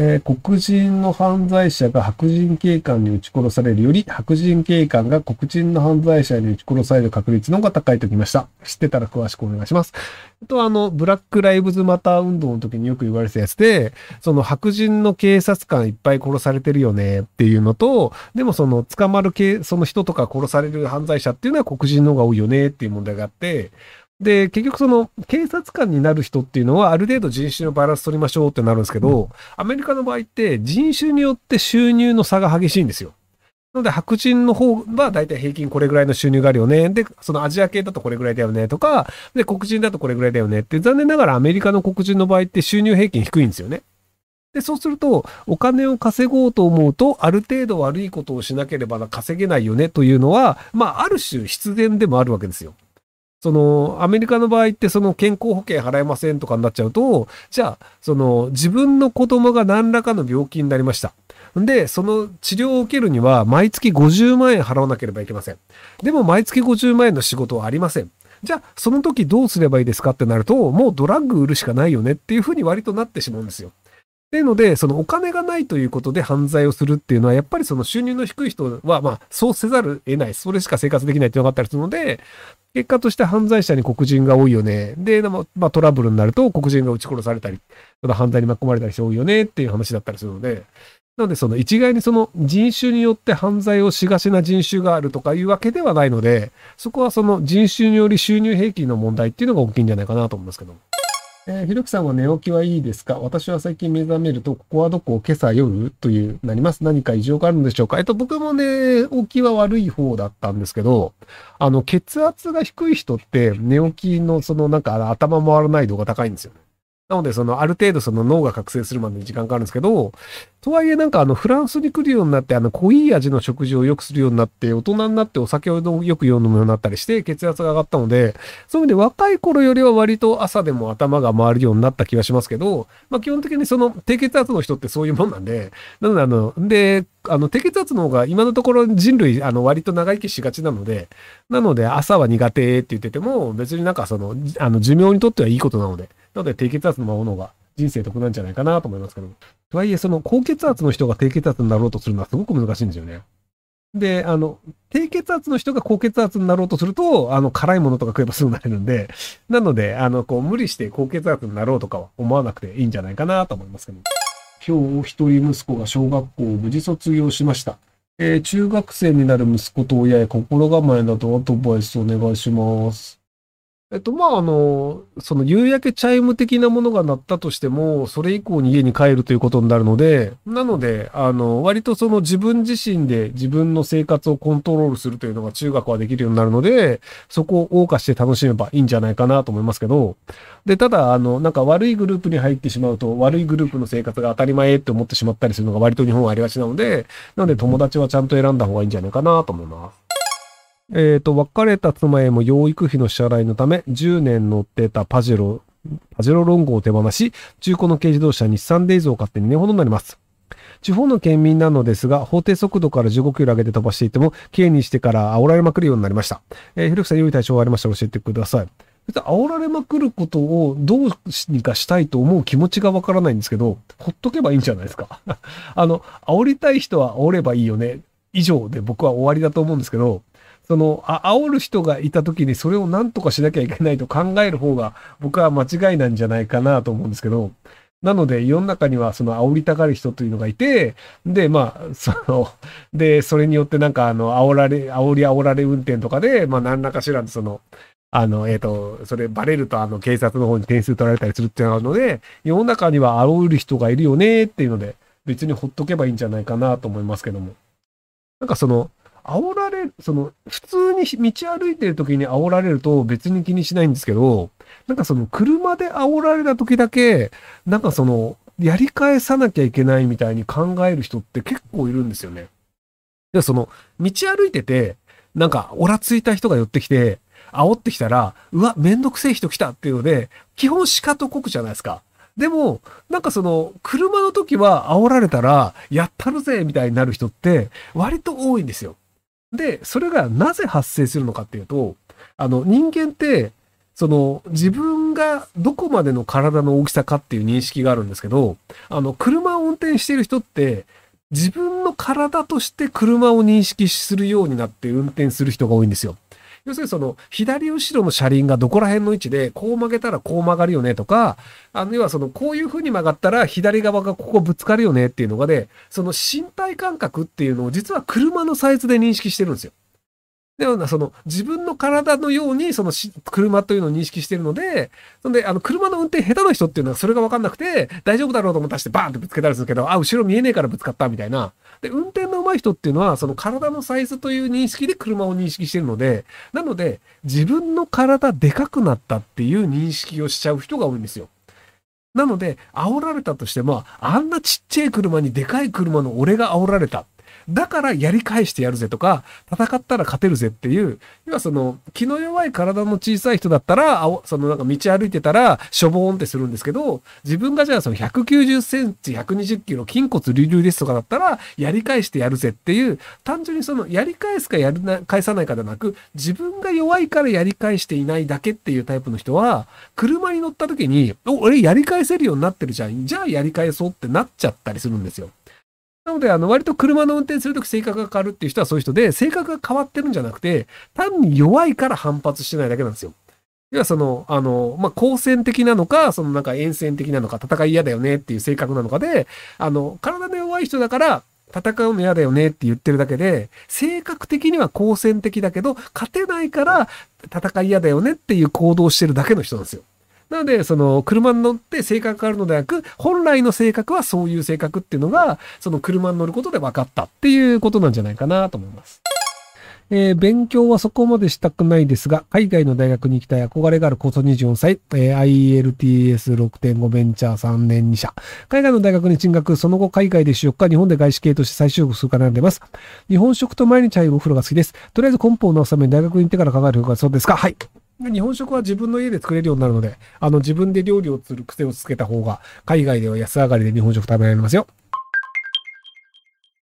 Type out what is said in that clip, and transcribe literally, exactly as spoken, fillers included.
えー黒人の犯罪者が白人警官に撃ち殺されるより、白人警官が黒人の犯罪者に撃ち殺される確率の方が高いときました。知ってたら詳しくお願いします。あとはあの、ブラックライブズマター運動の時によく言われてたやつで、その白人の警察官いっぱい殺されてるよねっていうのと、でもその捕まる系、その人とか殺される犯罪者っていうのは黒人の方が多いよねっていう問題があって、で、結局その警察官になる人っていうのはある程度人種のバランス取りましょうってなるんですけど、アメリカの場合って人種によって収入の差が激しいんですよ。なので白人の方はだいたい平均これぐらいの収入があるよね。で、そのアジア系だとこれぐらいだよねとか、で、黒人だとこれぐらいだよねって、残念ながらアメリカの黒人の場合って収入平均低いんですよね。で、そうすると、お金を稼ごうと思うと、ある程度悪いことをしなければ稼げないよねというのは、まあ、ある種必然でもあるわけですよ。その、アメリカの場合って、その健康保険払えませんとかになっちゃうと、じゃあ、その、自分の子供が何らかの病気になりました。で、その治療を受けるには、毎月ごじゅうまんえん払わなければいけません。でも、毎月ごじゅうまんえんの仕事はありません。じゃあ、その時どうすればいいですかってなると、もうドラッグ売るしかないよねっていうふうに割となってしまうんですよ。っていうので、そのお金がないということで犯罪をするっていうのは、やっぱりその収入の低い人は、まあ、そうせざるを得ない。それしか生活できないっていうのがあったりするので、結果として犯罪者に黒人が多いよね。で、まあ、トラブルになると黒人が撃ち殺されたり、その犯罪に巻き込まれたりして多いよねっていう話だったりするので、なので、その一概にその人種によって犯罪をしがちな人種があるとかいうわけではないので、そこはその人種により収入平均の問題っていうのが大きいんじゃないかなと思いますけど。えー、ひろきさんは寝起きはいいですか？私は最近目覚めると、ここはどこ？今朝夜というなります。何か異常があるんでしょうか？えっと、僕も寝起きは悪い方だったんですけど、あの、血圧が低い人って寝起きのそのなんか頭回らない度が高いんですよね。なので、その、ある程度その脳が覚醒するまでに時間かかるんですけど、とはいえなんかあの、フランスに来るようになって、あの、濃い味の食事をよくするようになって、大人になってお酒をよく飲むようになったりして、血圧が上がったので、そういう意味で若い頃よりは割と朝でも頭が回るようになった気がしますけど、まあ基本的にその低血圧の人ってそういうもんなんで、なのであの、で、あの、低血圧の方が今のところ人類、あの、割と長生きしがちなので、なので朝は苦手って言ってても、別になんかその、あの、寿命にとってはいいことなので、なので低血圧のものが人生得なんじゃないかなと思いますけど。とはいえ、その高血圧の人が低血圧になろうとするのはすごく難しいんですよね。で、あの、低血圧の人が高血圧になろうとすると、あの、辛いものとか食えばすぐなれるんで、なので、あの、こう、無理して高血圧になろうとかは思わなくていいんじゃないかなと思いますけど。今日、一人息子が小学校を無事卒業しました。えー中学生になる息子と親へ心構えなどアドバイスお願いします。えっと、まあ、あの、その夕焼けチャイム的なものが鳴ったとしても、それ以降に家に帰るということになるので、なので、あの、割とその自分自身で自分の生活をコントロールするというのが中学はできるようになるので、そこを謳歌して楽しめばいいんじゃないかなと思いますけど、で、ただ、あの、なんか悪いグループに入ってしまうと、悪いグループの生活が当たり前って思ってしまったりするのが割と日本はありがちなので、なので友達はちゃんと選んだ方がいいんじゃないかなと思います。えっと、別れた妻へも養育費の支払いのため、じゅうねん乗ってたパジェロ、パジェロロンゴを手放し、中古の軽自動車日産デイズを買ってにねんほどになります。地方の県民なのですが、法定速度からじゅうごキロ上げて飛ばしていても、軽にしてから煽られまくるようになりました。えー、ひろきさん、良い対象がありましたら教えてください。別に煽られまくることをどうにかしたいと思う気持ちがわからないんですけど、ほっとけばいいんじゃないですか。あの、煽りたい人は煽ればいいよね。以上で僕は終わりだと思うんですけど、その、あ、煽る人がいた時にそれを何とかしなきゃいけないと考える方が僕は間違いなんじゃないかなと思うんですけど、なので世の中にはその煽りたがる人というのがいて、で、まあ、その、で、それによってなんかあの、煽られ、煽り煽られ運転とかで、まあ何らかしらのその、あの、えっと、それバレるとあの、警察の方に点数取られたりするっていうのがあるので、世の中には煽る人がいるよねっていうので、別にほっとけばいいんじゃないかなと思いますけども。なんかその、煽られる、その、普通に道歩いてる時に煽られると別に気にしないんですけど、なんかその車で煽られた時だけ、なんかその、やり返さなきゃいけないみたいに考える人って結構いるんですよね。で、その、道歩いてて、なんか、オラついた人が寄ってきて、煽ってきたら、うわ、めんどくせえ人来たっていうので、基本シカとこくじゃないですか。でも、なんかその、車の時は煽られたら、やったるぜみたいになる人って、割と多いんですよ。で、それがなぜ発生するのかっていうと、あの、人間って、 その、自分がどこまでの体の大きさかっていう認識があるんですけど、あの、車を運転している人って、自分の体として車を認識するようになって運転する人が多いんですよ。要するにその、左後ろの車輪がどこら辺の位置で、こう曲げたらこう曲がるよねとか、あの、要はその、こういう風に曲がったら左側がここぶつかるよねっていうのがで、その身体感覚っていうのを実は車のサイズで認識してるんですよ。では、その自分の体のようにその車というのを認識しているので、そんで、あの、車の運転下手な人っていうのはそれが分かんなくて、大丈夫だろうと思ったしてバーンってぶつけたりするけど、あ、後ろ見えねえからぶつかったみたいな。で、運転の上手い人っていうのは、その体のサイズという認識で車を認識しているので、なので、自分の体でかくなったっていう認識をしちゃう人が多いんですよ。なので、煽られたとしても、あんなちっちゃい車にでかい車の俺が煽られた。だからやり返してやるぜとか、戦ったら勝てるぜっていう、要はその、気の弱い体の小さい人だったら、そのなんか道歩いてたら、しょぼーんってするんですけど、自分がじゃあそのひゃくきゅうじゅっセンチ、ひゃくにじゅっキロ、筋骨隆々ですとかだったら、やり返してやるぜっていう、単純にその、やり返すかやりな返さないかではなく、自分が弱いからやり返していないだけっていうタイプの人は、車に乗った時に、お、俺やり返せるようになってるじゃん。じゃあやり返そうってなっちゃったりするんですよ。なので、あの、割と車の運転するとき性格が変わるっていう人はそういう人で、性格が変わってるんじゃなくて、単に弱いから反発してないだけなんですよ。要はその、あの、まあ、好戦的なのか、そのなんか厭戦的なのか、戦い嫌だよねっていう性格なのかで、あの、体の弱い人だから、戦うの嫌だよねって言ってるだけで、性格的には好戦的だけど、勝てないから戦い嫌だよねっていう行動をしてるだけの人なんですよ。なので、その、車に乗って性格があるのではなく、本来の性格はそういう性格っていうのが、その車に乗ることで分かったっていうことなんじゃないかなと思います。えー、勉強はそこまでしたくないですが、海外の大学に行きたい憧れがある高卒にじゅうよんさい、えー、アイエルティーエスろくてんご ベンチャーさんねんに社。海外の大学に進学、その後海外で就職か日本で外資系として再就職するか悩んでます。日本食と毎日入るお風呂が好きです。とりあえず根本を直すために大学に行ってから考える方がそうですか？はい。日本食は自分の家で作れるようになるので、あの自分で料理をする癖をつけた方が、海外では安上がりで日本食食べられますよ。